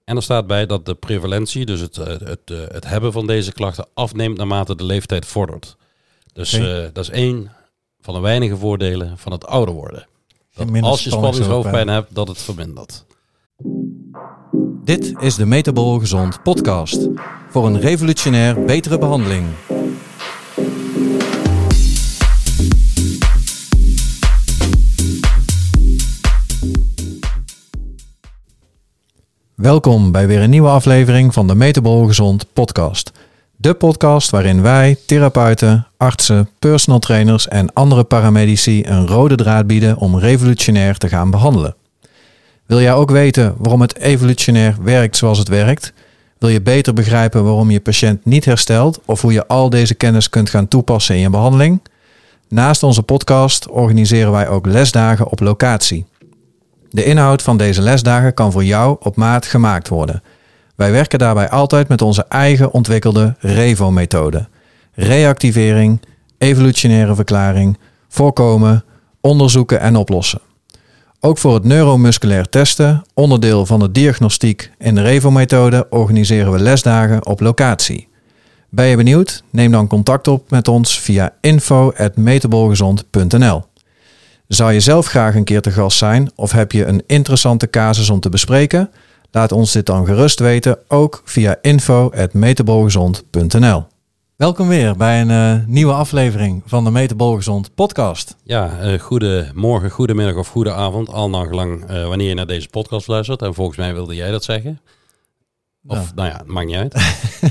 En er staat bij dat de prevalentie, dus het hebben van deze klachten, afneemt naarmate de leeftijd vordert. Dus dat is één van de weinige voordelen van het ouder worden. Dat als je spanningshoofdpijn hebt, dat het vermindert. Dit is de Metabol Gezond podcast voor een revolutionair betere behandeling. Welkom bij weer een nieuwe aflevering van de Metabol Gezond podcast. De podcast waarin wij, therapeuten, artsen, personal trainers en andere paramedici een rode draad bieden om revolutionair te gaan behandelen. Wil jij ook weten waarom het evolutionair werkt zoals het werkt? Wil je beter begrijpen waarom je patiënt niet herstelt of hoe je al deze kennis kunt gaan toepassen in je behandeling? Naast onze podcast organiseren wij ook lesdagen op locatie. De inhoud van deze lesdagen kan voor jou op maat gemaakt worden. Wij werken daarbij altijd met onze eigen ontwikkelde REVO-methode. Reactivering, evolutionaire verklaring, voorkomen, onderzoeken en oplossen. Ook voor het neuromusculair testen, onderdeel van de diagnostiek in de REVO-methode, organiseren we lesdagen op locatie. Ben je benieuwd? Neem dan contact op met ons via info@metabolgezond.nl. Zou je zelf graag een keer te gast zijn of heb je een interessante casus om te bespreken? Laat ons dit dan gerust weten, ook via info@metabolgezond.nl. Welkom weer bij een nieuwe aflevering van de Metabol Gezond podcast. Ja, goedemorgen, goedemiddag of goede avond, al nagelang wanneer je naar deze podcast luistert. En volgens mij wilde jij dat zeggen. Of, het maakt niet uit.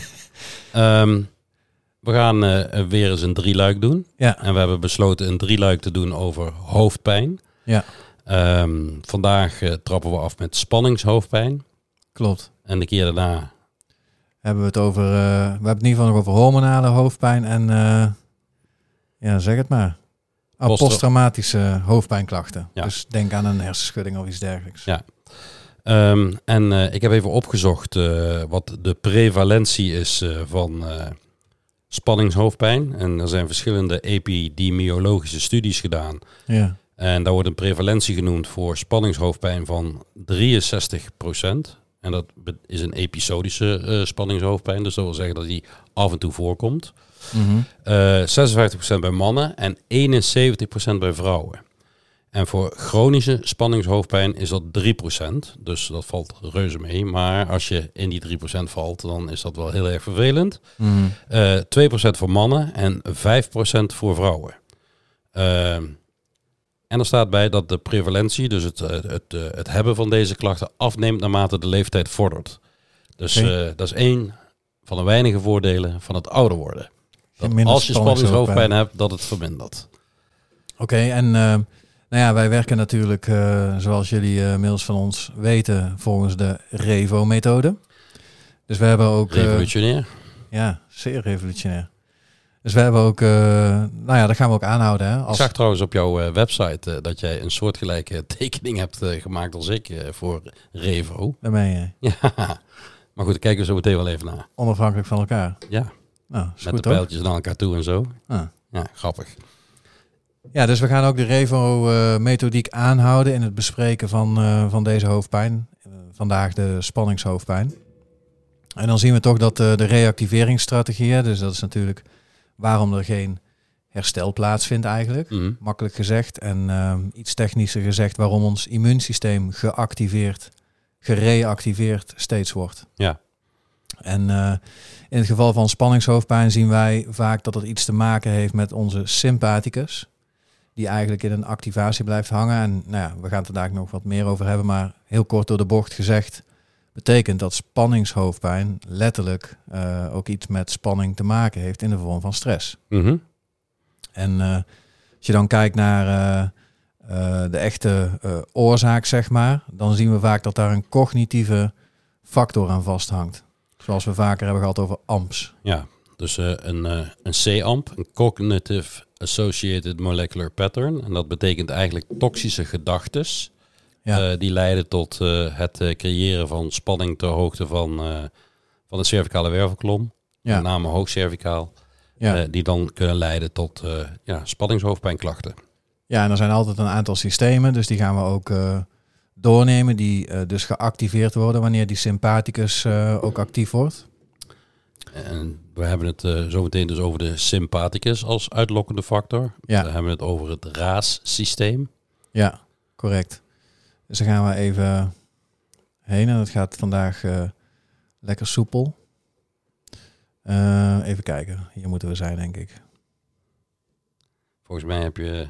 We gaan weer eens een drieluik doen. Ja. En we hebben besloten een drieluik te doen over hoofdpijn. Ja. Vandaag trappen we af met spanningshoofdpijn. Klopt. En de keer daarna hebben we het over, we hebben het in ieder geval nog over hormonale hoofdpijn en, zeg het maar, posttraumatische hoofdpijnklachten. Ja. Dus denk aan een hersenschudding of iets dergelijks. Ja. Ik heb even opgezocht wat de prevalentie is van spanningshoofdpijn. En er zijn verschillende epidemiologische studies gedaan. Ja. En daar wordt een prevalentie genoemd voor spanningshoofdpijn van 63%. En dat is een episodische spanningshoofdpijn. Dus dat wil zeggen dat die af en toe voorkomt. Mm-hmm. 56% bij mannen en 71% bij vrouwen. En voor chronische spanningshoofdpijn is dat 3%. Dus dat valt reuze mee. Maar als je in die 3% valt, dan is dat wel heel erg vervelend. Mm-hmm. 2% voor mannen en 5% voor vrouwen. En er staat bij dat de prevalentie, dus het hebben van deze klachten, afneemt naarmate de leeftijd vordert. Dus dat is één van de weinige voordelen van het ouder worden. Dat als je spanningshoofdpijn hebt, dat het vermindert. Oké, en wij werken natuurlijk, zoals jullie inmiddels van ons weten, volgens de REVO-methode. Dus we hebben ook... Revolutionair. Ja, zeer revolutionair. Dus we hebben ook, dat gaan we ook aanhouden. Hè, Ik zag trouwens op jouw website dat jij een soortgelijke tekening hebt gemaakt als ik voor Revo. Daar ben je. Ja, maar goed, daar kijken we zo meteen wel even naar. Onafhankelijk van elkaar. Ja, nou, met goed, de pijltjes naar elkaar toe en zo. Ah. Ja, grappig. Ja, dus we gaan ook de Revo-methodiek aanhouden in het bespreken van deze hoofdpijn. Vandaag de spanningshoofdpijn. En dan zien we toch dat de reactiveringsstrategieën, dus dat is natuurlijk waarom er geen herstel plaatsvindt eigenlijk. Mm-hmm. Makkelijk gezegd. En iets technischer gezegd waarom ons immuunsysteem gereactiveerd steeds wordt. Ja. En in het geval van spanningshoofdpijn zien wij vaak dat het iets te maken heeft met onze sympathicus. Die eigenlijk in een activatie blijft hangen. En we gaan het er daar nog wat meer over hebben. Maar heel kort door de bocht gezegd betekent dat spanningshoofdpijn letterlijk ook iets met spanning te maken heeft in de vorm van stress. Mm-hmm. En als je dan kijkt naar de echte oorzaak, zeg maar, dan zien we vaak dat daar een cognitieve factor aan vasthangt. Zoals we vaker hebben gehad over AMPS. Ja, dus een C-AMP, een Cognitive Associated Molecular Pattern. En dat betekent eigenlijk toxische gedachtes. Ja. Die leiden tot het creëren van spanning ter hoogte van de cervicale wervelkolom. Ja. Met name hoogcervicaal. Ja. Die dan kunnen leiden tot spanningshoofdpijnklachten. Ja, en er zijn altijd een aantal systemen. Dus die gaan we ook doornemen die dus geactiveerd worden wanneer die sympathicus ook actief wordt. En we hebben het zo meteen dus over de sympathicus als uitlokkende factor. Ja. We hebben het over het RAS-systeem. Ja, correct. Dus daar gaan we even heen en het gaat vandaag lekker soepel. Even kijken, hier moeten we zijn denk ik. Volgens mij heb je...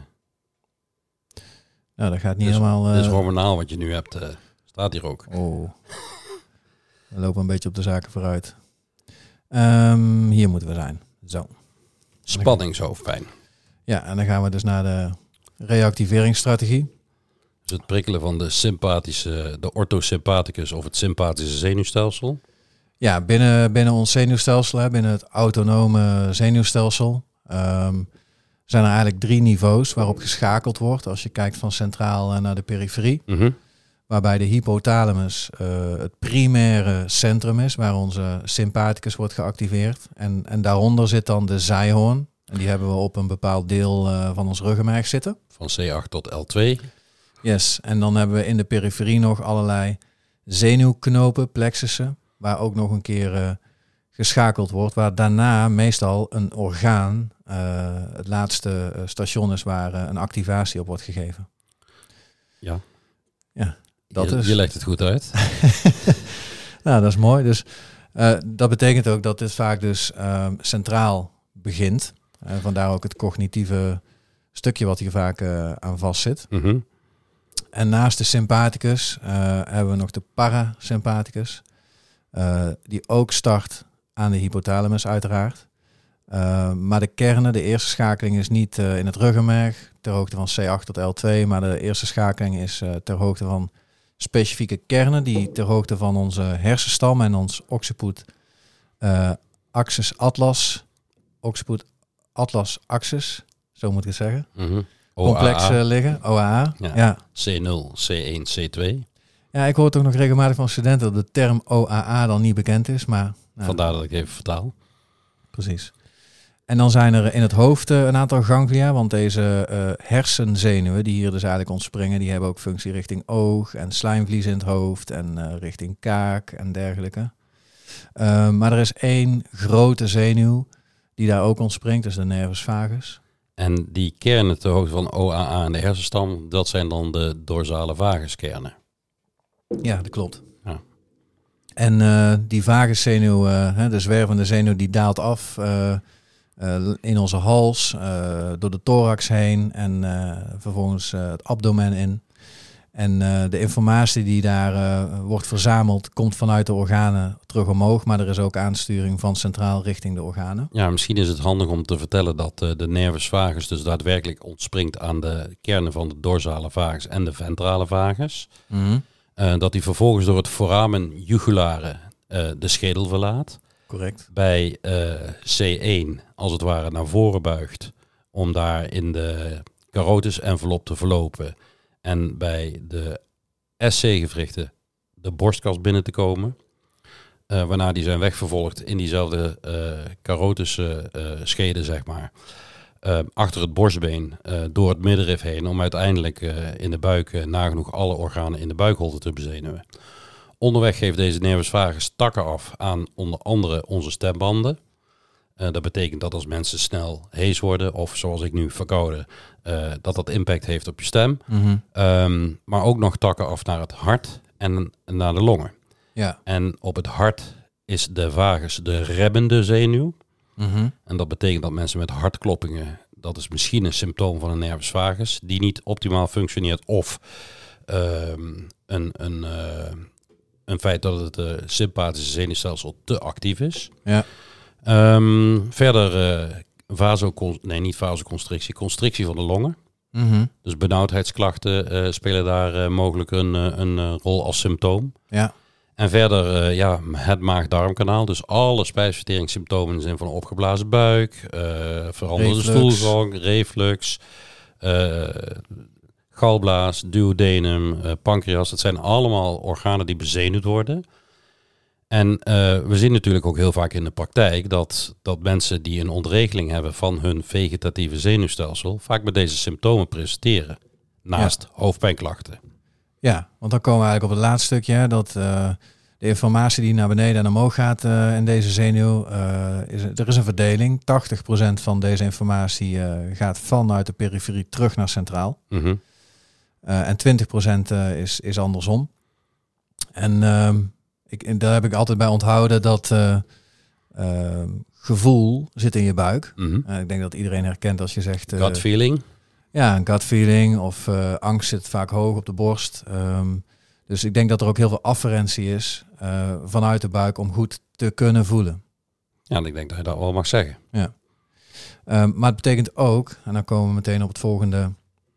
Nou, dat gaat niet helemaal... Dit is hormonaal wat je nu hebt. Staat hier ook. Oh. We lopen een beetje op de zaken vooruit. Hier moeten we zijn. Zo. Spanningshoofdpijn. Ja, en dan gaan we dus naar de reactiveringsstrategie. Dus het prikkelen van de orthosympathicus of het sympathische zenuwstelsel. Ja, binnen ons zenuwstelsel, binnen het autonome zenuwstelsel, zijn er eigenlijk 3 niveaus waarop geschakeld wordt als je kijkt van centraal naar de periferie. Mm-hmm. Waarbij de hypothalamus het primaire centrum is, waar onze sympathicus wordt geactiveerd. En daaronder zit dan de zijhoorn. En die hebben we op een bepaald deel van ons ruggenmerg zitten. Van C8 tot L2. Yes, en dan hebben we in de periferie nog allerlei zenuwknopen, plexussen, waar ook nog een keer geschakeld wordt. Waar daarna meestal een orgaan het laatste station is waar een activatie op wordt gegeven. Ja. Ja. Je legt het goed uit. Nou, dat is mooi. Dus dat betekent ook dat dit vaak dus centraal begint. Vandaar ook het cognitieve stukje wat hier vaak aan vast zit. Mm-hmm. En naast de sympathicus hebben we nog de parasympathicus. Die ook start aan de hypothalamus uiteraard. Maar de kernen, de eerste schakeling is niet in het ruggenmerg ter hoogte van C8 tot L2. Maar de eerste schakeling is ter hoogte van specifieke kernen die ter hoogte van onze hersenstam en ons occiput axis atlas, occiput atlas axis, zo moet ik het zeggen, Mm-hmm. complex liggen. OAA. Ja. C0, C1, C2. Ja, ik hoor toch nog regelmatig van studenten dat de term OAA dan niet bekend is, maar... Nou, vandaar dat ik even vertaal. Precies. En dan zijn er in het hoofd een aantal ganglia, want deze hersenzenuwen die hier dus eigenlijk ontspringen, die hebben ook functie richting oog en slijmvlies in het hoofd en richting kaak en dergelijke. Maar er is 1 grote zenuw die daar ook ontspringt, dus de nervus vagus. En die kernen ter hoogte van OAA en de hersenstam, dat zijn dan de dorsale vaguskernen. Ja, dat klopt. Ja. En die vaguszenuw, de zwervende zenuw, die daalt af in onze hals, door de thorax heen en vervolgens het abdomen in. En de informatie die daar wordt verzameld, komt vanuit de organen terug omhoog. Maar er is ook aansturing van centraal richting de organen. Ja, misschien is het handig om te vertellen dat de nervus vagus dus daadwerkelijk ontspringt aan de kernen van de dorsale vagus en de ventrale vagus. Mm-hmm. Dat die vervolgens door het foramen jugulare de schedel verlaat. Correct. Bij C1 als het ware naar voren buigt om daar in de carotis-envelop te verlopen. En bij de SC-gewrichten de borstkas binnen te komen. Waarna die zijn wegvervolgd in diezelfde carotis-schede, zeg maar. Achter het borstbeen, door het middenrif heen. Om uiteindelijk in de buik nagenoeg alle organen in de buikholte te bezenuwen. Onderweg geeft deze nervus vagus takken af aan onder andere onze stembanden. Dat betekent dat als mensen snel hees worden of zoals ik nu verkouden, dat impact heeft op je stem. Mm-hmm. Maar ook nog takken af naar het hart en naar de longen. Ja. En op het hart is de vagus de rebbende zenuw. Mm-hmm. En dat betekent dat mensen met hartkloppingen, dat is misschien een symptoom van een nervus vagus, die niet optimaal functioneert of een feit dat het sympathische zenuwstelsel te actief is. Ja. Verder constrictie van de longen. Mm-hmm. Dus benauwdheidsklachten spelen daar mogelijk een rol als symptoom. Ja. En verder het maag-darmkanaal. Dus alle spijsverteringssymptomen zijn van een opgeblazen buik, veranderde stoelgang, reflux, galblaas, duodenum, pancreas. Dat zijn allemaal organen die bezenuwd worden. En we zien natuurlijk ook heel vaak in de praktijk dat mensen die een ontregeling hebben van hun vegetatieve zenuwstelsel vaak met deze symptomen presenteren. Naast hoofdpijnklachten. Ja, want dan komen we eigenlijk op het laatste stukje. Hè, dat de informatie die naar beneden en omhoog gaat in deze zenuw, er is een verdeling. 80% van deze informatie gaat vanuit de periferie terug naar centraal. Mm-hmm. En 20% is andersom. En daar heb ik altijd bij onthouden dat gevoel zit in je buik. Mm-hmm. Ik denk dat iedereen herkent als je zegt... Gut feeling. Ja, een gut feeling of angst zit vaak hoog op de borst. Dus ik denk dat er ook heel veel afferentie is vanuit de buik om goed te kunnen voelen. Ja, ik denk dat je dat wel mag zeggen. Ja. Maar het betekent ook, en dan komen we meteen op het volgende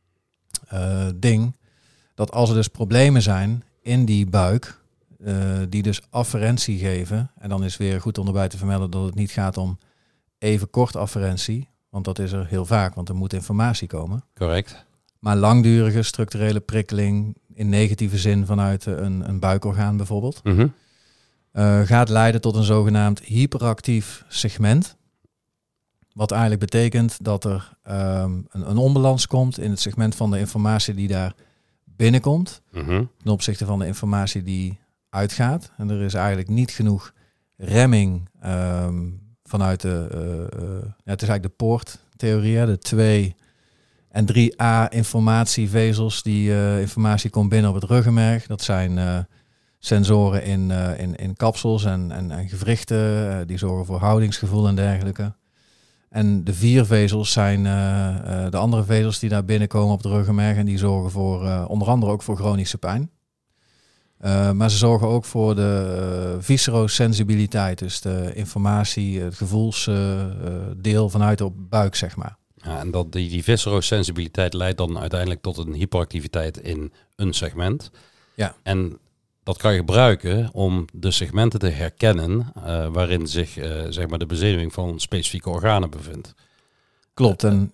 ding, dat als er dus problemen zijn in die buik, die dus afferentie geven, en dan is weer goed om erbij te vermelden dat het niet gaat om even kort afferentie, want dat is er heel vaak, want er moet informatie komen. Correct. Maar langdurige structurele prikkeling in negatieve zin vanuit een buikorgaan bijvoorbeeld, Mm-hmm. gaat leiden tot een zogenaamd hyperactief segment. Wat eigenlijk betekent dat er een onbalans komt in het segment van de informatie die daar binnenkomt, Mm-hmm. ten opzichte van de informatie die uitgaat. En er is eigenlijk niet genoeg remming vanuit het is eigenlijk de poorttheorie, de 2 en 3A informatievezels. Die informatie komt binnen op het ruggenmerg. Dat zijn sensoren in kapsels en gewrichten. Die zorgen voor houdingsgevoel en dergelijke. En de 4 vezels zijn de andere vezels die daar binnenkomen op het ruggenmerg. En die zorgen voor onder andere ook voor chronische pijn. Maar ze zorgen ook voor de viscerosensibiliteit. Dus de informatie, het gevoelsdeel vanuit de buik, zeg maar. Ja, en dat die viscerosensibiliteit leidt dan uiteindelijk tot een hyperactiviteit in een segment. Ja. En dat kan je gebruiken om de segmenten te herkennen waarin zich zeg maar de bezenuwing van specifieke organen bevindt. Klopt. En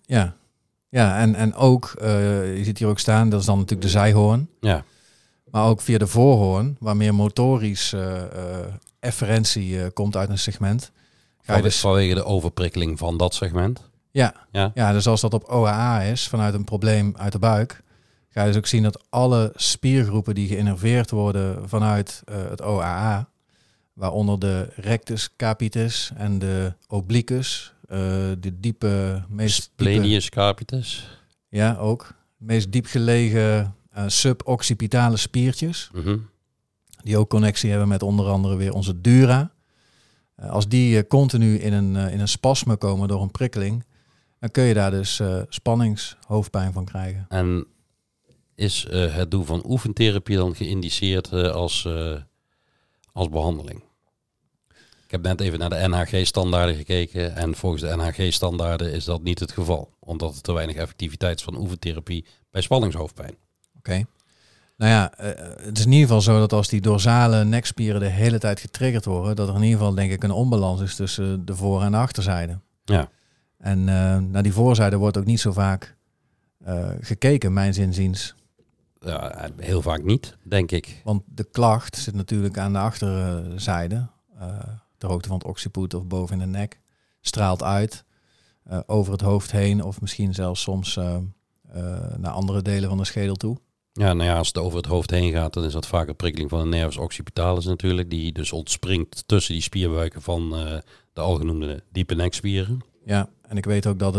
en ook, je ziet hier ook staan, dat is dan natuurlijk de zijhoorn. Ja. Maar ook via de voorhoorn, waar meer motorisch efferentie komt uit een segment. Ga je dus, Vanwege de overprikkeling van dat segment. ja, dus als dat op OAA is, vanuit een probleem uit de buik, ga je dus ook zien dat alle spiergroepen die geïnnerveerd worden vanuit het OAA, waaronder de rectus capitis en de obliquus, de meest Splenius capitis. Ja, ook. Meest diep gelegen suboccipitale spiertjes. Mm-hmm. Die ook connectie hebben met onder andere weer onze dura. Als die continu in een spasme komen door een prikkeling, dan kun je daar dus spanningshoofdpijn van krijgen. En is het doen van oefentherapie dan geïndiceerd als behandeling? Ik heb net even naar de NHG-standaarden gekeken en volgens de NHG-standaarden is dat niet het geval. Omdat er te weinig effectiviteit is van oefentherapie bij spanningshoofdpijn. Oké. Nou ja, het is in ieder geval zo dat als die dorsale nekspieren de hele tijd getriggerd worden, dat er in ieder geval denk ik een onbalans is tussen de voor- en de achterzijde. Ja. En naar die voorzijde wordt ook niet zo vaak gekeken, mijns inziens. Ja, heel vaak niet, denk ik. Want de klacht zit natuurlijk aan de achterzijde, ter hoogte van het occiput of boven in de nek, straalt uit over het hoofd heen of misschien zelfs soms naar andere delen van de schedel toe. Ja, nou ja, als het over het hoofd heen gaat, dan is dat vaak een prikkeling van de nervus occipitalis natuurlijk, die dus ontspringt tussen die spierbuiken van de algenoemde diepe nekspieren. Ja, en ik weet ook dat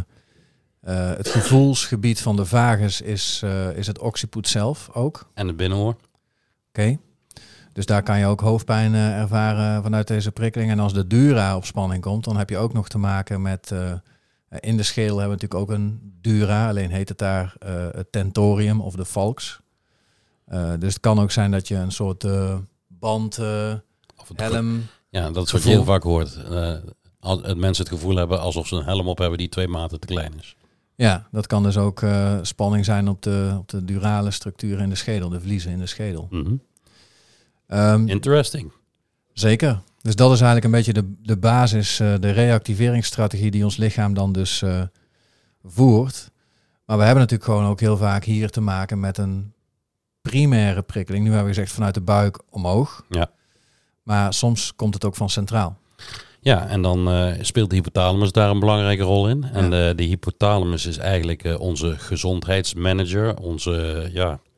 het gevoelsgebied van de vagus is het occiput zelf ook. En het binnenhoor. Oké. Dus daar kan je ook hoofdpijn ervaren vanuit deze prikkeling. En als de dura op spanning komt, dan heb je ook nog te maken met... in de schedel hebben we natuurlijk ook een dura, alleen heet het daar het tentorium of de falx. Dus het kan ook zijn dat je een soort band, Of helm... Ja, dat is wat je heel vaak hoort. Het mensen het gevoel hebben alsof ze een helm op hebben die 2 maten te klein is. Ja, dat kan dus ook spanning zijn op de durale structuren in de schedel, de vliezen in de schedel. Mm-hmm. Interesting. Zeker. Dus dat is eigenlijk een beetje de basis, de reactiveringsstrategie die ons lichaam dan dus voert. Maar we hebben natuurlijk gewoon ook heel vaak hier te maken met een primaire prikkeling. Nu hebben we gezegd vanuit de buik omhoog. Ja. Maar soms komt het ook van centraal. Ja, en dan speelt de hypothalamus daar een belangrijke rol in. En de hypothalamus is eigenlijk onze gezondheidsmanager, onze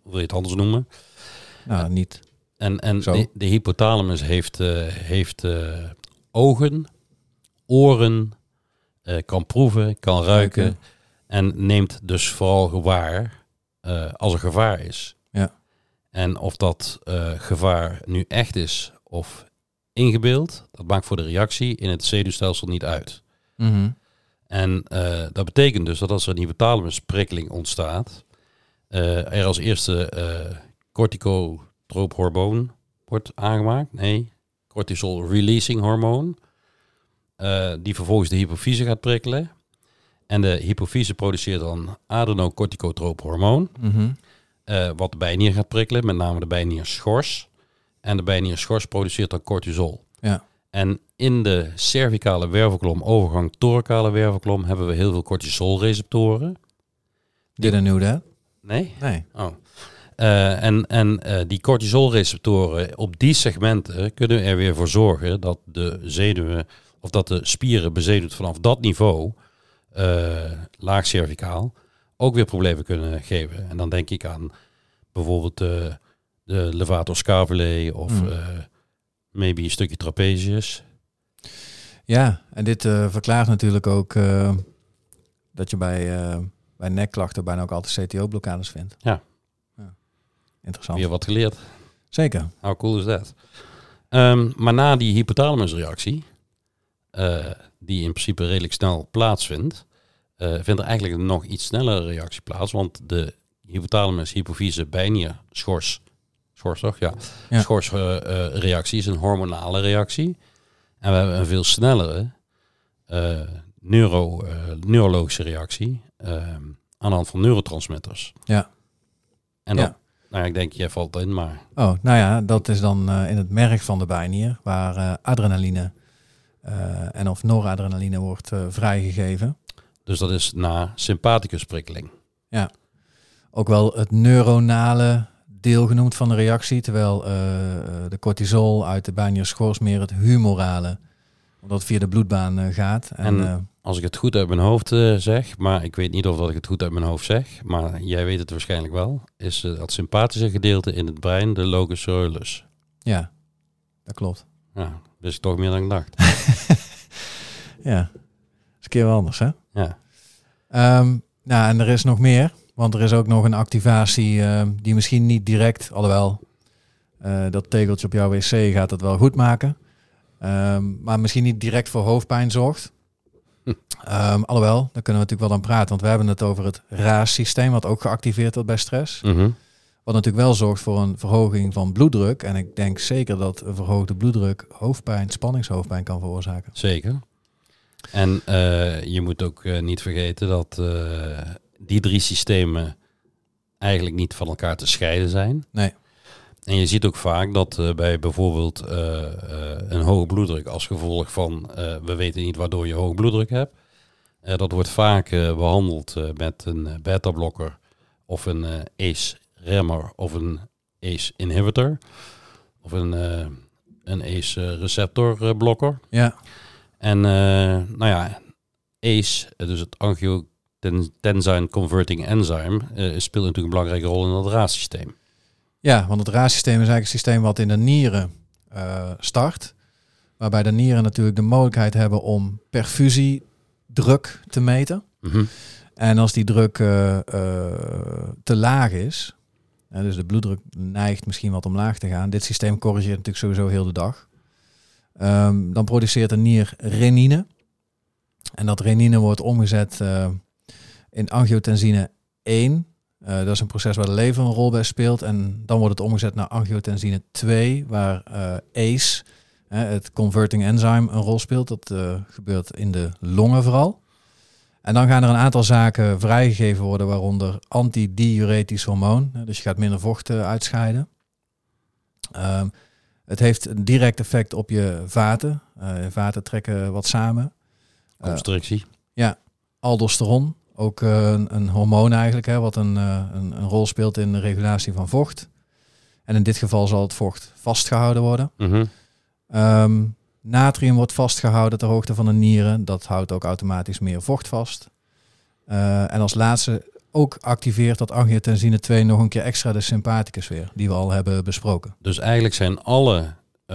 wil je het anders noemen? Nou, niet. En de hypothalamus heeft ogen, oren, kan proeven, kan ruiken en neemt dus vooral gewaar als er gevaar is. Ja. En of dat gevaar nu echt is of ingebeeld, dat maakt voor de reactie in het zenuwstelsel niet uit. Mm-hmm. En dat betekent dus dat als er een hypothalamusprikkeling ontstaat, er als eerste corticotroop-hormoon wordt aangemaakt. Nee, cortisol-releasing hormoon. Die vervolgens de hypofyse gaat prikkelen. En de hypofyse produceert dan adenocorticotroop-hormoon. Mm-hmm. Wat de bijnier gaat prikkelen, met name de bijnierschors. En de bijnierschors produceert dan cortisol. Ja. En in de cervicale wervelkolom, overgang thoracale wervelkolom, hebben we heel veel cortisolreceptoren. Didn't know that? Nee? Nee. Oh. Die cortisolreceptoren op die segmenten kunnen er weer voor zorgen dat de zenuwen of dat de spieren bezenuwd vanaf dat niveau, laag cervicaal, ook weer problemen kunnen geven. En dan denk ik aan bijvoorbeeld de levator scapulae of maybe een stukje trapezius. Ja, en dit verklaart natuurlijk ook dat je bij nekklachten bijna ook altijd CTO-blokkades vindt. Ja. Interessant. Weer wat geleerd. Zeker. How cool is that? Maar na die hypothalamusreactie, die in principe redelijk snel plaatsvindt, vindt er eigenlijk een nog iets snellere reactie plaats. Want de hypothalamus, hypofyse, bijnier, schors toch? Ja. Schorsreactie is een hormonale reactie. En we hebben een veel snellere neurologische reactie aan de hand van neurotransmitters. Ja. En dan, nou ja, ik denk, jij valt in, maar... Oh, nou ja, dat is dan in het merg van de bijnier, waar adrenaline en of noradrenaline wordt vrijgegeven. Dus dat is na sympathicusprikkeling. Ja. Ook wel het neuronale deel genoemd van de reactie, terwijl de cortisol uit de bijnierschors meer het humorale, omdat het via de bloedbaan gaat. En als ik het goed uit mijn hoofd zeg, maar ik weet niet of dat ik het goed uit mijn hoofd zeg, maar jij weet het waarschijnlijk wel, is dat sympathische gedeelte in het brein de locus coeruleus. Ja, dat klopt. Ja, dus toch meer dan ik dacht. Ja, dat is een keer wel anders, hè? Ja. Nou, en er is nog meer, want er is ook nog een activatie die misschien niet direct, alhoewel dat tegeltje op jouw wc gaat het wel goed maken, maar misschien niet direct voor hoofdpijn zorgt. Alhoewel, daar kunnen we natuurlijk wel aan praten, want we hebben het over het RAAS-systeem, wat ook geactiveerd wordt bij stress. Mm-hmm. Wat natuurlijk wel zorgt voor een verhoging van bloeddruk. En ik denk zeker dat een verhoogde bloeddruk hoofdpijn, spanningshoofdpijn kan veroorzaken. Zeker. En je moet ook niet vergeten dat die drie systemen eigenlijk niet van elkaar te scheiden zijn. Nee. En je ziet ook vaak dat bij bijvoorbeeld een hoge bloeddruk als gevolg van we weten niet waardoor je hoge bloeddruk hebt. Dat wordt vaak behandeld met een beta-blokker of een ACE-remmer of een ACE-inhibitor of een ACE-receptorblokker. Ja. En ACE, dus het angiotensin converting enzyme, speelt natuurlijk een belangrijke rol in dat RAAS-systeem. Ja, want het RAAS-systeem is eigenlijk een systeem wat in de nieren start. Waarbij de nieren natuurlijk de mogelijkheid hebben om perfusiedruk te meten. Mm-hmm. En als die druk te laag is, dus de bloeddruk neigt misschien wat omlaag te gaan. Dit systeem corrigeert natuurlijk sowieso heel de dag. Dan produceert de nier renine. En dat renine wordt omgezet in angiotensine 1. Dat is een proces waar de lever een rol bij speelt. En dan wordt het omgezet naar angiotensine 2, waar ACE, het converting enzyme, een rol speelt. Dat gebeurt in de longen vooral. En dan gaan er een aantal zaken vrijgegeven worden, waaronder antidiuretisch hormoon. Dus je gaat minder vocht uitscheiden. Het heeft een direct effect op je vaten. Vaten trekken wat samen. Constrictie. Ja, aldosteron. Ook een hormoon eigenlijk, wat een rol speelt in de regulatie van vocht. En in dit geval zal het vocht vastgehouden worden. Mm-hmm. Natrium wordt vastgehouden ter hoogte van de nieren. Dat houdt ook automatisch meer vocht vast. En als laatste ook activeert dat angiotensine 2 nog een keer extra de sympathicus weer, die we al hebben besproken. Dus eigenlijk zijn alle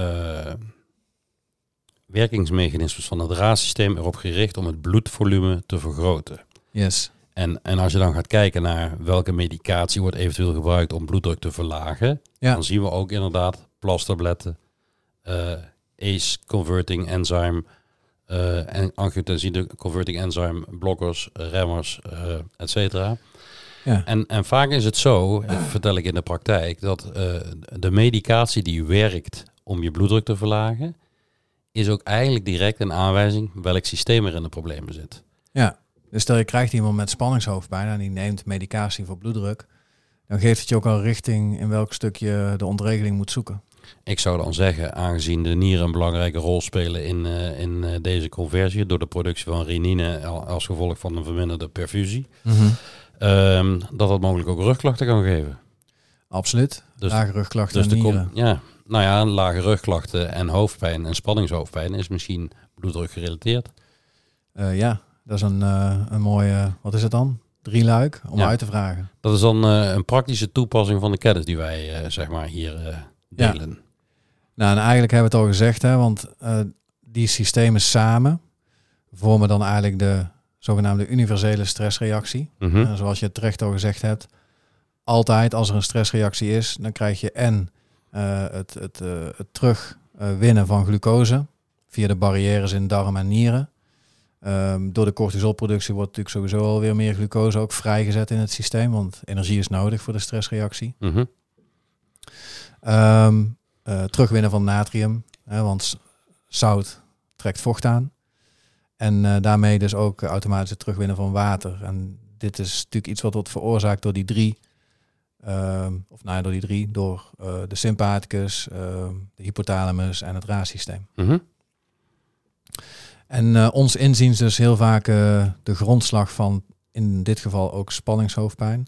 werkingsmechanismes van het draadsysteem erop gericht om het bloedvolume te vergroten. Yes. En als je dan gaat kijken naar welke medicatie wordt eventueel gebruikt om bloeddruk te verlagen, dan zien we ook inderdaad plastabletten, ACE-converting enzyme, en angiotensine-converting enzyme, blokkers, remmers, et cetera. Ja. En vaak is het zo, dat vertel ik in de praktijk, dat de medicatie die werkt om je bloeddruk te verlagen, is ook eigenlijk direct een aanwijzing welk systeem er in de problemen zit. Ja, dus stel je krijgt iemand met spanningshoofdpijn en die neemt medicatie voor bloeddruk, dan geeft het je ook al richting in welk stuk je de ontregeling moet zoeken. Ik zou dan zeggen, aangezien de nieren een belangrijke rol spelen in deze conversie door de productie van renine als gevolg van een verminderde perfusie, dat het mogelijk ook rugklachten kan geven. Absoluut. Dus, lage rugklachten dus en nieren. Lage rugklachten en hoofdpijn en spanningshoofdpijn is misschien bloeddruk gerelateerd. Dat is een mooie, wat is het dan? 3 luik om uit te vragen. Dat is dan een praktische toepassing van de kennis die wij hier delen. Ja. Nou, en eigenlijk hebben we het al gezegd, hè, want die systemen samen vormen dan eigenlijk de zogenaamde universele stressreactie. Zoals je terecht al gezegd hebt, altijd als er een stressreactie is, dan krijg je het terugwinnen van glucose via de barrières in darm en nieren. Door de cortisolproductie wordt natuurlijk sowieso alweer meer glucose ook vrijgezet in het systeem, want energie is nodig voor de stressreactie. Terugwinnen van natrium, want zout trekt vocht aan. En daarmee dus ook automatisch het terugwinnen van water. En dit is natuurlijk iets wat wordt veroorzaakt door die drie. Door de sympathicus, de hypothalamus en het raadsysteem. En ons inziens dus heel vaak de grondslag van in dit geval ook spanningshoofdpijn.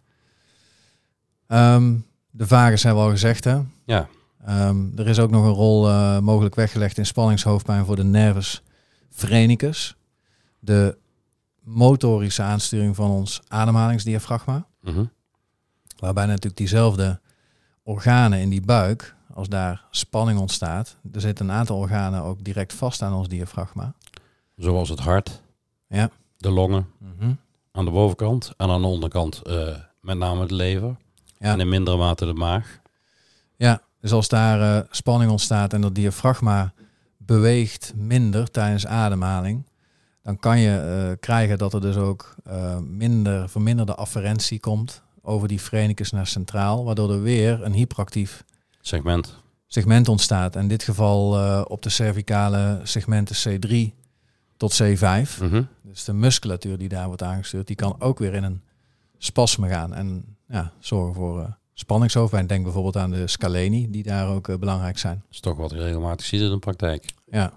De vagus hebben we al gezegd, hè? Ja. Er is ook nog een rol mogelijk weggelegd in spanningshoofdpijn voor de nervus phrenicus. De motorische aansturing van ons ademhalingsdiafragma. Waarbij natuurlijk diezelfde organen in die buik, als daar spanning ontstaat, er zitten een aantal organen ook direct vast aan ons diafragma. Zoals het hart, de longen, aan de bovenkant en aan de onderkant met name de lever en in mindere mate de maag. Ja, dus als daar spanning ontstaat en dat diafragma beweegt minder tijdens ademhaling, dan kan je krijgen dat er dus ook verminderde afferentie komt over die phrenicus naar centraal, waardoor er weer een hyperactief segment ontstaat. En in dit geval op de cervicale segmenten C3 tot C5. Dus de musculatuur die daar wordt aangestuurd, die kan ook weer in een spasme gaan en zorgen voor spanningshoofdpijn. Denk bijvoorbeeld aan de scaleni, die daar ook belangrijk zijn. Dat is toch wat je regelmatig ziet in de praktijk. Ja.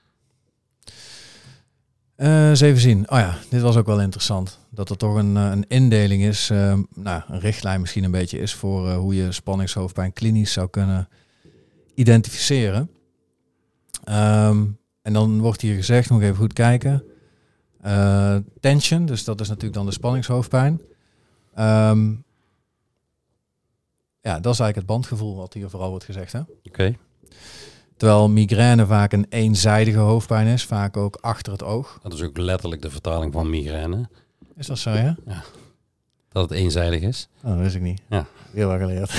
Eens even zien. Dit was ook wel interessant. Dat er toch een indeling is, een richtlijn misschien een beetje is voor hoe je spanningshoofdpijn klinisch zou kunnen identificeren. En dan wordt hier gezegd, moet ik even goed kijken. Tension, dus dat is natuurlijk dan de spanningshoofdpijn. Dat is eigenlijk het bandgevoel wat hier vooral wordt gezegd. Oké. Terwijl migraine vaak een eenzijdige hoofdpijn is, vaak ook achter het oog. Dat is ook letterlijk de vertaling van migraine. Is dat zo, ja? Ja. Dat het eenzijdig is. Oh, dat wist ik niet. Ja. Heel lang geleerd.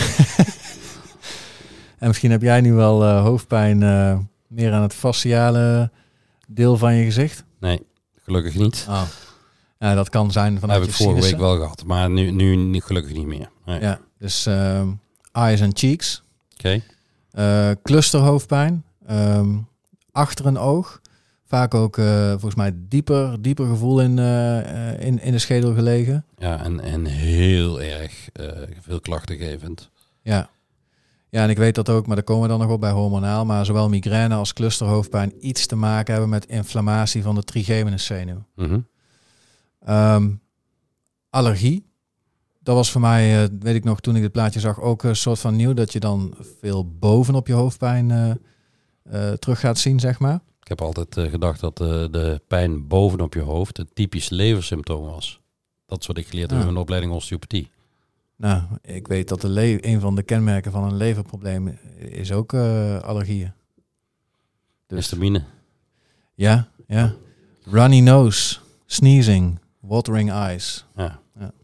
En misschien heb jij nu wel hoofdpijn meer aan het fasciale deel van je gezicht? Nee, gelukkig niet. Oh. Ja, dat kan zijn vanuit heb ik vorige week wel gehad, maar nu gelukkig niet meer. Nee. Ja, dus eyes and cheeks. Oké. Clusterhoofdpijn. Achter een oog. Vaak ook volgens mij dieper gevoel in de schedel gelegen. Ja, en heel erg veel klachtengevend. Ja. Ja, en ik weet dat ook, maar daar komen we dan nog op bij hormonaal. Maar zowel migraine als clusterhoofdpijn iets te maken hebben met inflammatie van de trigeminus zenuw. Allergie. Dat was voor mij, weet ik nog, toen ik dit plaatje zag, ook een soort van nieuw. Dat je dan veel bovenop je hoofdpijn terug gaat zien, zeg maar. Ik heb altijd gedacht dat de pijn bovenop je hoofd een typisch leversymptoom was. Dat soort ik geleerd hebben in de opleiding osteopathie. Nou, ik weet dat een van de kenmerken van een leverprobleem is ook allergieën. Dus, histamine. Ja. Runny nose, sneezing, watering eyes. Ja.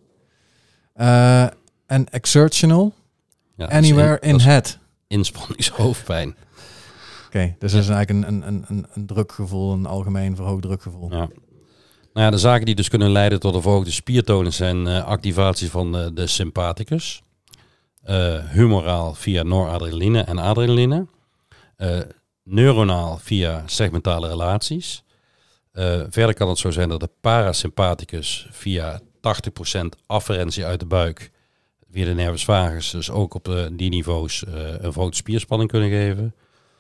En exertional, Ja, anywhere in head. Inspanningshoofdpijn. Oké, dus dat is eigenlijk een drukgevoel, een algemeen verhoogd drukgevoel. Ja. Nou ja, de zaken die dus kunnen leiden tot een verhoogde spiertonen zijn activatie van de sympathicus. Humoraal via noradrenaline en adrenaline. Neuronaal via segmentale relaties. Verder kan het zo zijn dat de parasympathicus via 80% afferentie uit de buik via de nervus vagus, dus ook op die niveaus een verhoogde spierspanning kunnen geven.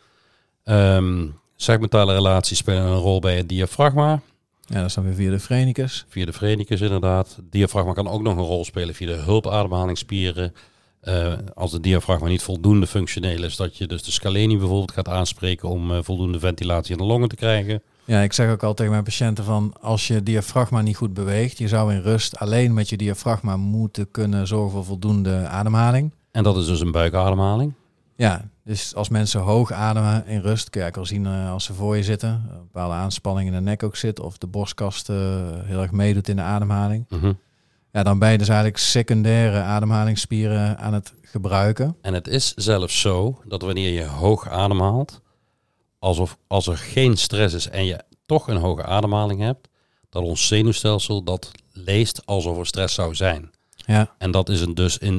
Segmentale relaties spelen een rol bij het diafragma. Ja, dat is dan weer via de phrenicus. Via de phrenicus inderdaad. Het diafragma kan ook nog een rol spelen via de hulpademhalingsspieren. Als de diafragma niet voldoende functioneel is, dat je dus de scaleni bijvoorbeeld gaat aanspreken om voldoende ventilatie in de longen te krijgen. Ja, ik zeg ook altijd tegen mijn patiënten van, als je diafragma niet goed beweegt, je zou in rust alleen met je diafragma moeten kunnen zorgen voor voldoende ademhaling. En dat is dus een buikademhaling. Ja, dus als mensen hoog ademen in rust, kun je eigenlijk al zien als ze voor je zitten, een bepaalde aanspanning in de nek ook zit, of de borstkast heel erg meedoet in de ademhaling. Mm-hmm. Ja, dan ben je dus eigenlijk secundaire ademhalingsspieren aan het gebruiken. En het is zelfs zo dat wanneer je hoog ademhaalt, als er geen stress is en je toch een hoge ademhaling hebt, dat ons zenuwstelsel dat leest alsof er stress zou zijn. Ja. En dat is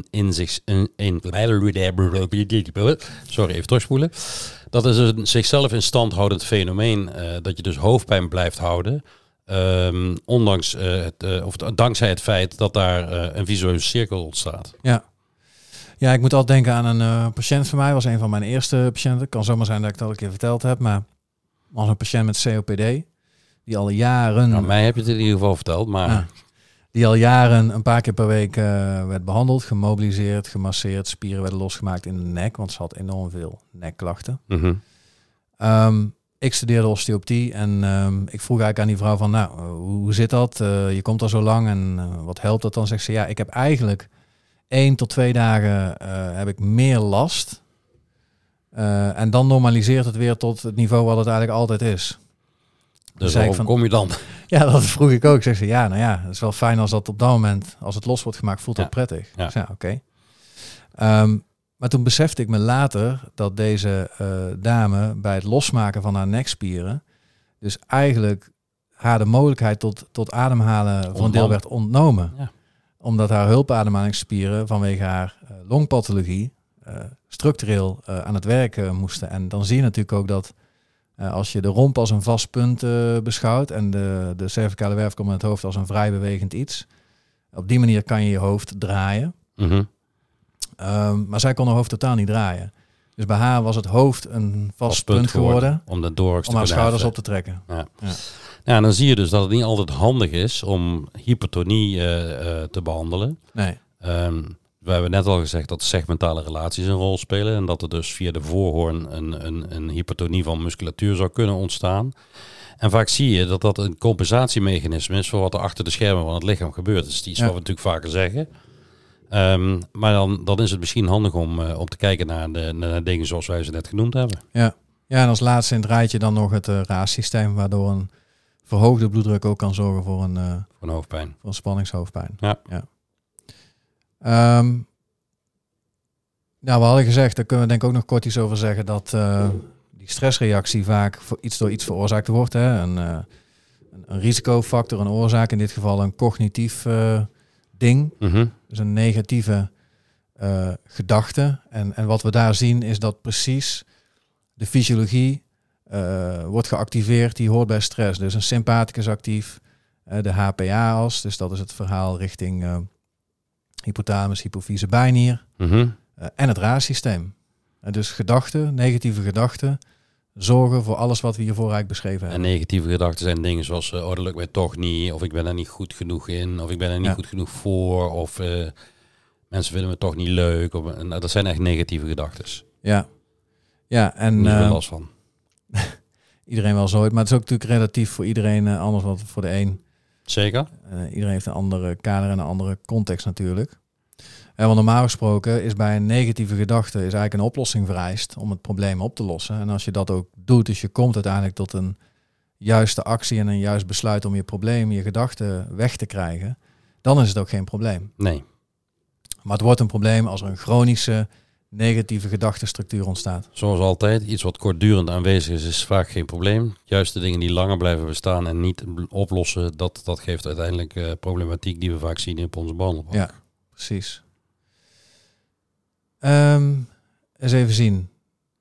sorry, even terugspoelen. Dat is een zichzelf in stand houdend fenomeen, dat je dus hoofdpijn blijft houden. Dankzij het feit dat daar een visueuze cirkel ontstaat. Ja, ik moet altijd denken aan een patiënt van mij. Was een van mijn eerste patiënten. Het kan zomaar zijn dat ik het al een keer verteld heb. Maar was een patiënt met COPD. Die al jaren... Nou, mij heb je het in ieder geval verteld. Maar... die al jaren een paar keer per week werd behandeld. Gemobiliseerd, gemasseerd. Spieren werden losgemaakt in de nek. Want ze had enorm veel nekklachten. Mm-hmm. Ik studeerde osteopathie. En ik vroeg eigenlijk aan die vrouw van... Nou, hoe zit dat? Je komt al zo lang. En wat helpt dat dan? Zegt ze, ja, ik heb eigenlijk... 1 tot 2 dagen heb ik meer last. En dan normaliseert het weer tot het niveau wat het eigenlijk altijd is. Dus waarom kom je dan? Ja, dat vroeg ik ook. Ik zeg ze, ja, nou ja, het is wel fijn als dat op dat moment, als het los wordt gemaakt, voelt dat prettig. Ja. Ja, oké. Maar toen besefte ik me later dat deze dame bij het losmaken van haar nekspieren, dus eigenlijk haar de mogelijkheid tot ademhalen voor een deel werd ontnomen. Ja. Omdat haar hulpademhalingsspieren vanwege haar longpathologie structureel aan het werk moesten. En dan zie je natuurlijk ook dat als je de romp als een vast punt beschouwt en de cervicale wervelkom in het hoofd als een vrij bewegend iets, op die manier kan je je hoofd draaien. Mm-hmm. Maar zij kon haar hoofd totaal niet draaien. Dus bij haar was het hoofd een vast punt geworden om haar schouders op te trekken. Ja. Ja, dan zie je dus dat het niet altijd handig is om hypertonie te behandelen. Nee. We hebben net al gezegd dat segmentale relaties een rol spelen. En dat er dus via de voorhoorn een hypertonie van musculatuur zou kunnen ontstaan. En vaak zie je dat dat een compensatiemechanisme is voor wat er achter de schermen van het lichaam gebeurt. Dat is iets wat we natuurlijk vaker zeggen. Maar dan is het misschien handig om te kijken naar dingen zoals wij ze net genoemd hebben. Ja, en als laatste in het rijtje dan nog het RAAS-systeem, waardoor een verhoogde bloeddruk ook kan zorgen voor een hoofdpijn. Voor een spanningshoofdpijn. Ja. Nou, we hadden gezegd, daar kunnen we denk ik ook nog kort iets over zeggen, dat die stressreactie vaak door iets veroorzaakt wordt. Hè? Een risicofactor, een oorzaak, in dit geval een cognitief ding. Mm-hmm. Dus een negatieve gedachte. En wat we daar zien is dat precies de fysiologie wordt geactiveerd, die hoort bij stress. Dus een sympathicus actief, de HPA-as, dus dat is het verhaal richting hypothalamus, hypofyse, bijnier. Mm-hmm. En het RAAS-systeem. Dus gedachten, negatieve gedachten, zorgen voor alles wat we hiervoor eigenlijk beschreven hebben. En negatieve gedachten zijn dingen zoals, dat lukt mij toch niet, of ik ben er niet goed genoeg in, of ik ben er niet goed genoeg voor, of mensen vinden me toch niet leuk. Dat zijn echt negatieve gedachten. Ja, en niet veel last van. Iedereen wel zo, maar het is ook natuurlijk relatief voor iedereen anders. Wat voor de een Zeker. Iedereen heeft een andere kader en een andere context natuurlijk. Want normaal gesproken is bij een negatieve gedachte is eigenlijk een oplossing vereist om het probleem op te lossen. En als je dat ook doet, dus je komt uiteindelijk tot een juiste actie en een juist besluit om je probleem, je gedachten weg te krijgen, dan is het ook geen probleem. Nee. Maar het wordt een probleem als er een chronische negatieve gedachtenstructuur ontstaat. Zoals altijd, iets wat kortdurend aanwezig is vaak geen probleem. Juist de dingen die langer blijven bestaan en niet oplossen, dat geeft uiteindelijk problematiek die we vaak zien op onze behandelbank. Ja, precies. Eens even zien.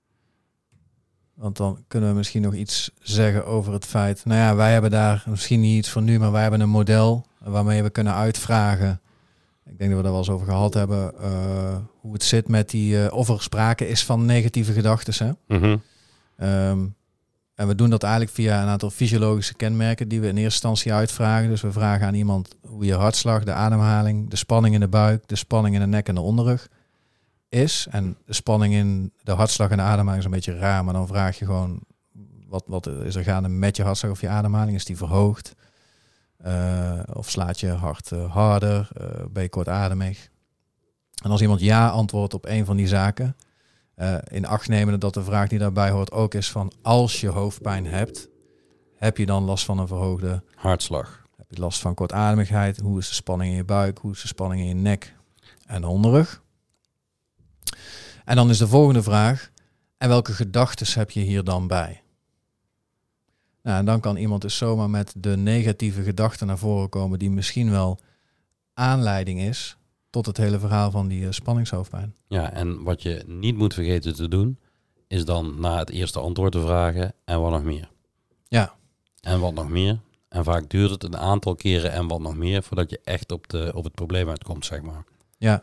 Want dan kunnen we misschien nog iets zeggen over het feit. Nou ja, wij hebben daar misschien niet iets voor nu, maar wij hebben een model waarmee we kunnen uitvragen. Ik denk dat we daar wel eens over gehad hebben. Hoe het zit met die, of er sprake is van negatieve gedachten. Mm-hmm. En we doen dat eigenlijk via een aantal fysiologische kenmerken die we in eerste instantie uitvragen. Dus we vragen aan iemand hoe je hartslag, de ademhaling, de spanning in de buik, de spanning in de nek en de onderrug is. En de spanning in de hartslag en de ademhaling is een beetje raar, maar dan vraag je gewoon wat is er gaande met je hartslag of je ademhaling? Is die verhoogd? Of slaat je hart harder? Ben je kortademig? En als iemand ja antwoordt op een van die zaken, in acht nemen dat de vraag die daarbij hoort ook is van als je hoofdpijn hebt, heb je dan last van een verhoogde hartslag? Heb je last van kortademigheid? Hoe is de spanning in je buik? Hoe is de spanning in je nek en de onderrug? En dan is de volgende vraag, en welke gedachten heb je hier dan bij? Nou, en dan kan iemand dus zomaar met de negatieve gedachten naar voren komen die misschien wel aanleiding is tot het hele verhaal van die spanningshoofdpijn. Ja, en wat je niet moet vergeten te doen, is dan na het eerste antwoord te vragen en wat nog meer. Ja. En wat nog meer. En vaak duurt het een aantal keren en wat nog meer voordat je echt op het probleem uitkomt, zeg maar. Ja.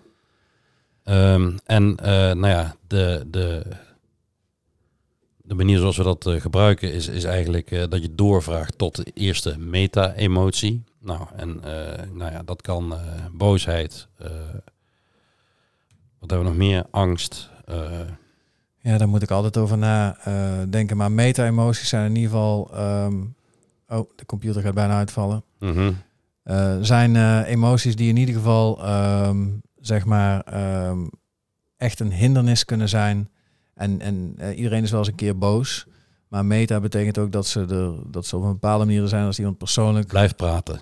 De manier zoals we dat gebruiken is eigenlijk dat je doorvraagt tot de eerste meta-emotie. Nou, en dat kan boosheid. Wat hebben we nog meer? Angst. Ja, daar moet ik altijd over nadenken. Maar meta-emoties zijn in ieder geval... de computer gaat bijna uitvallen. Mm-hmm. Zijn emoties die in ieder geval... echt een hindernis kunnen zijn. En iedereen is wel eens een keer boos. Maar meta betekent ook dat ze op een bepaalde manier zijn als iemand persoonlijk... Blijf praten.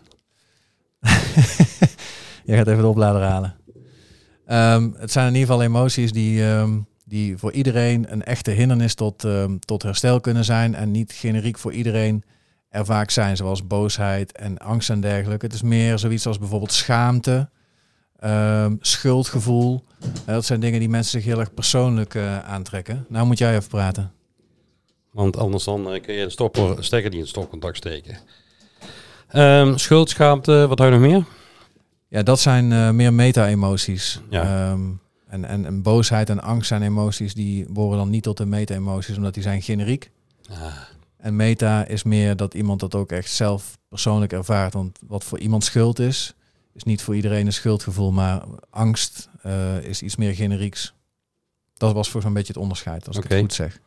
Jij gaat even de oplader halen. Het zijn in ieder geval emoties die voor iedereen een echte hindernis tot herstel kunnen zijn. En niet generiek voor iedereen er vaak zijn. Zoals boosheid en angst en dergelijke. Het is meer zoiets als bijvoorbeeld schaamte... schuldgevoel. Dat zijn dingen die mensen zich heel erg persoonlijk aantrekken. Nou moet jij even praten. Want anders dan kun je de stekker die in het stopcontact steken. Schuld, schaamte, wat hou je nog meer? Ja, dat zijn meer meta-emoties. Ja. En boosheid en angst zijn emoties die behoren dan niet tot de meta-emoties, omdat die zijn generiek. En meta is meer dat iemand dat ook echt zelf persoonlijk ervaart. Want wat voor iemand schuld is niet voor iedereen een schuldgevoel, maar angst is iets meer generieks. Dat was voor zo'n beetje het onderscheid, als ik het goed zeg.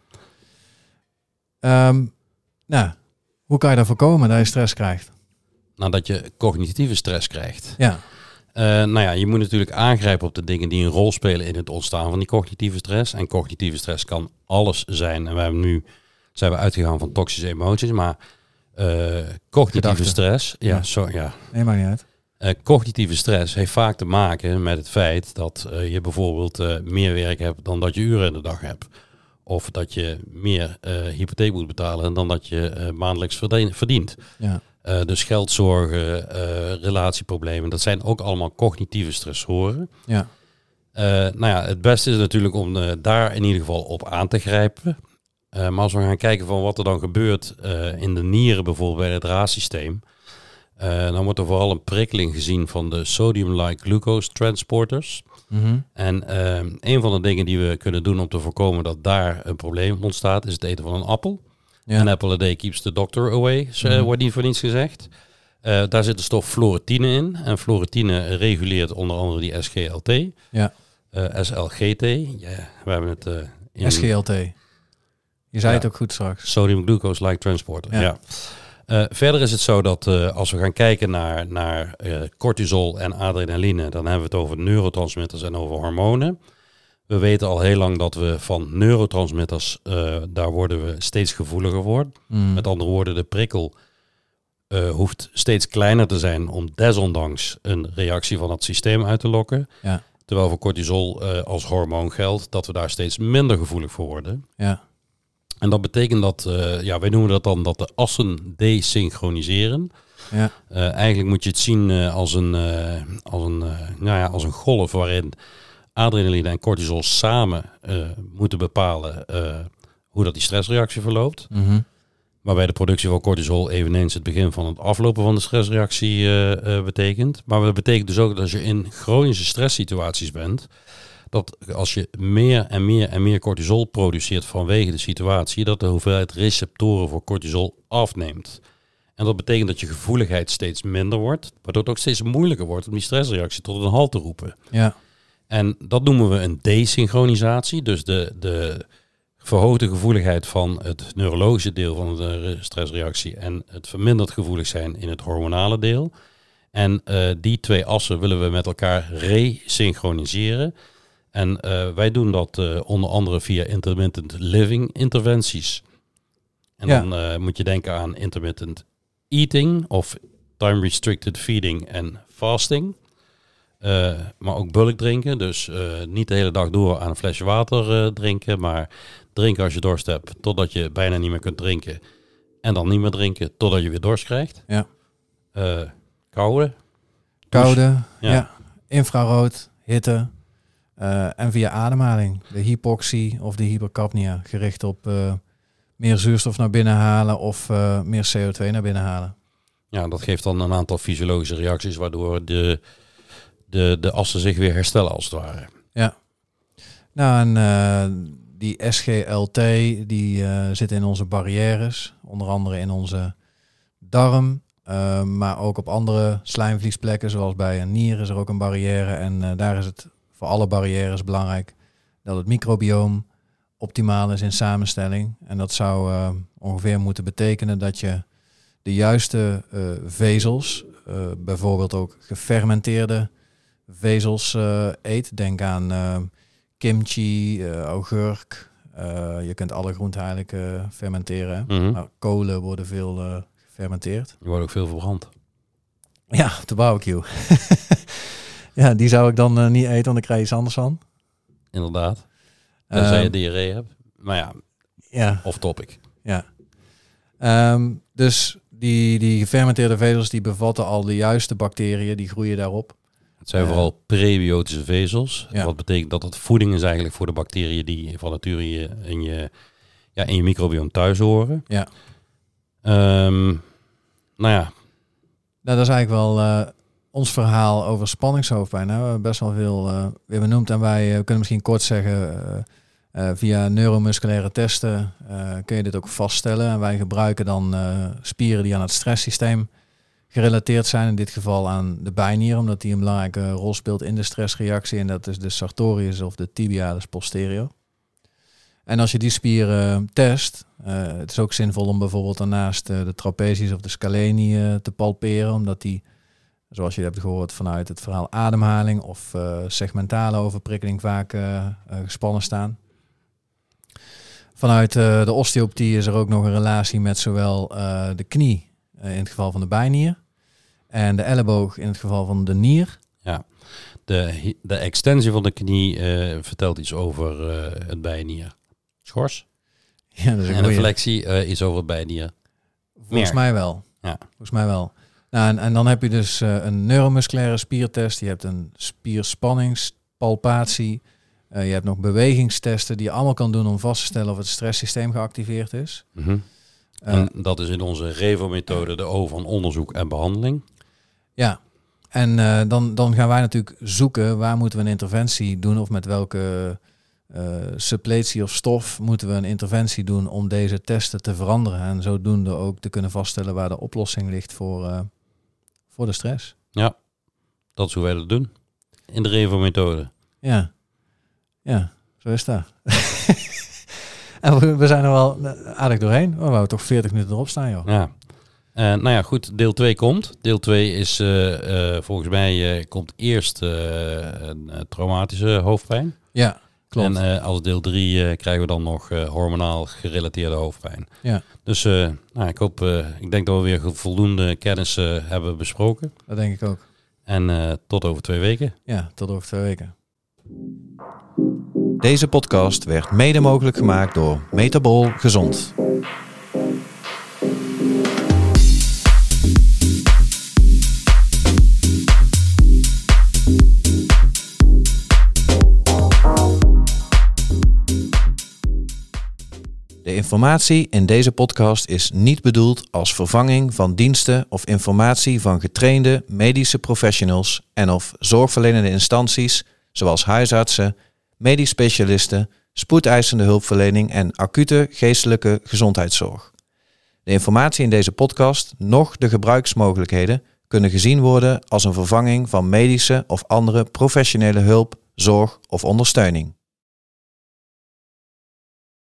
Hoe kan je daarvoor komen dat je stress krijgt? Nou, dat je cognitieve stress krijgt. Ja. Je moet natuurlijk aangrijpen op de dingen die een rol spelen in het ontstaan van die cognitieve stress. En cognitieve stress kan alles zijn. En zijn we uitgegaan van toxische emoties, maar cognitieve stress... Nee, maakt niet uit. Cognitieve stress heeft vaak te maken met het feit dat je bijvoorbeeld meer werk hebt dan dat je uren in de dag hebt. Of dat je meer hypotheek moet betalen dan dat je maandelijks verdient. Ja. Dus geldzorgen, relatieproblemen, dat zijn ook allemaal cognitieve stressoren. Ja. Het beste is natuurlijk om daar in ieder geval op aan te grijpen. Maar als we gaan kijken van wat er dan gebeurt in de nieren bijvoorbeeld bij het draadsysteem, dan wordt er vooral een prikkeling gezien van de sodium-like glucose transporters. Mm-hmm. En een van de dingen die we kunnen doen om te voorkomen dat daar een probleem ontstaat, is het eten van een appel. Ja. An apple a day keeps the doctor away, wordt niet voor niets gezegd. Daar zit de stof fluoretine in. En fluoretine reguleert onder andere die SGLT. Ja. SLGT. Ja, we hebben het SGLT. Je zei het ook goed straks. Sodium glucose like transporter. Ja. Verder is het zo dat als we gaan kijken naar cortisol en adrenaline, dan hebben we het over neurotransmitters en over hormonen. We weten al heel lang dat we van neurotransmitters, daar worden we steeds gevoeliger voor. Met andere woorden, de prikkel hoeft steeds kleiner te zijn om desondanks een reactie van het systeem uit te lokken. Ja. Terwijl voor cortisol als hormoon geldt dat we daar steeds minder gevoelig voor worden. Ja. En dat betekent dat, wij noemen dat dan dat de assen desynchroniseren. Ja. Eigenlijk moet je het zien als een golf waarin adrenaline en cortisol samen moeten bepalen hoe dat die stressreactie verloopt. Mm-hmm. Waarbij de productie van cortisol eveneens het begin van het aflopen van de stressreactie betekent. Maar dat betekent dus ook dat als je in chronische stresssituaties bent, dat als je meer en meer cortisol produceert vanwege de situatie, dat de hoeveelheid receptoren voor cortisol afneemt. En dat betekent dat je gevoeligheid steeds minder wordt, waardoor het ook steeds moeilijker wordt om die stressreactie tot een halt te roepen. Ja. En dat noemen we een desynchronisatie, dus de verhoogde gevoeligheid van het neurologische deel van de stressreactie en het verminderd gevoelig zijn in het hormonale deel. En die twee assen willen we met elkaar resynchroniseren. En wij doen dat onder andere via intermittent living interventies. En dan moet je denken aan intermittent eating of time restricted feeding en fasting. Maar ook bulk drinken, dus niet de hele dag door aan een flesje water drinken, maar drinken als je dorst hebt, totdat je bijna niet meer kunt drinken. En dan niet meer drinken, totdat je weer dorst krijgt. Ja. Koude. Ja. Infrarood, hitte. En via ademhaling. De hypoxie of de hypercapnia, gericht op meer zuurstof naar binnen halen of meer CO2 naar binnen halen. Ja, dat geeft dan een aantal fysiologische reacties, waardoor de assen zich weer herstellen als het ware. Ja. Nou, en die SGLT, die zit in onze barrières. Onder andere in onze darm. Maar ook op andere slijmvliesplekken, zoals bij een nier is er ook een barrière. En daar is het voor alle barrières belangrijk dat het microbioom optimaal is in samenstelling. En dat zou ongeveer moeten betekenen dat je de juiste vezels, bijvoorbeeld ook gefermenteerde vezels eet. Denk aan kimchi, augurk. Je kunt alle groenten eigenlijk fermenteren. Mm-hmm. Nou, kolen worden veel gefermenteerd. Die worden ook veel verbrand. Ja, op de barbecue. Ja, die zou ik dan niet eten, want dan krijg je iets anders van. Inderdaad. Tenzij je diarree hebt. Maar ja, off topic. Ja. Dus die gefermenteerde vezels die bevatten al de juiste bacteriën, die groeien daarop. Het zijn vooral prebiotische vezels. Ja. Wat betekent dat het voeding is eigenlijk voor de bacteriën die van nature in je microbioom thuis horen. Ja. Nou, dat is eigenlijk wel ons verhaal over spanningshoofdpijn. We hebben best wel veel weer benoemd. En wij kunnen misschien kort zeggen, via neuromusculaire testen kun je dit ook vaststellen. En wij gebruiken dan spieren die aan het stresssysteem gerelateerd zijn. In dit geval aan de bijnier, omdat die een belangrijke rol speelt in de stressreactie. En dat is de sartorius of de tibialis posterior. En als je die spieren test, het is ook zinvol om bijvoorbeeld daarnaast de trapezius of de scaleni te palperen, omdat die, zoals je hebt gehoord vanuit het verhaal ademhaling of segmentale overprikkeling vaak gespannen staan. Vanuit de osteopathie is er ook nog een relatie met zowel de knie in het geval van de bijnier en de elleboog in het geval van de nier. Ja, de extensie van de knie vertelt iets over het bijnier. Schors. Ja, dat is en de flexie is over het bijnier. Volgens mij wel. Ja. Volgens mij wel. Nou, en dan heb je dus een neuromusculaire spiertest. Je hebt een spierspanningspalpatie. Je hebt nog bewegingstesten die je allemaal kan doen om vast te stellen of het stresssysteem geactiveerd is. Mm-hmm. En dat is in onze REVO-methode de O van onderzoek en behandeling. Ja, en dan gaan wij natuurlijk zoeken waar moeten we een interventie doen of met welke suppletie of stof moeten we een interventie doen om deze testen te veranderen. En zodoende ook te kunnen vaststellen waar de oplossing ligt voor de stress. Ja, dat is hoe wij dat doen. In de REVO-methode. Ja, zo is dat. En we zijn er wel aardig doorheen. We wouden toch 40 minuten erop staan, joh. Ja. Nou ja, goed, deel 2 komt. Deel 2 is volgens mij komt eerst een traumatische hoofdpijn. Ja, klopt. En als deel 3 krijgen we dan nog hormonaal gerelateerde hoofdpijn. Ja. Dus ik denk dat we weer voldoende kennis hebben besproken. Dat denk ik ook. En tot over 2 weken. Ja, tot over 2 weken. Deze podcast werd mede mogelijk gemaakt door Metabol Gezond. De informatie in deze podcast is niet bedoeld als vervanging van diensten of informatie van getrainde medische professionals en of zorgverlenende instanties zoals huisartsen, medisch specialisten, spoedeisende hulpverlening en acute geestelijke gezondheidszorg. De informatie in deze podcast, noch de gebruiksmogelijkheden, kunnen gezien worden als een vervanging van medische of andere professionele hulp, zorg of ondersteuning.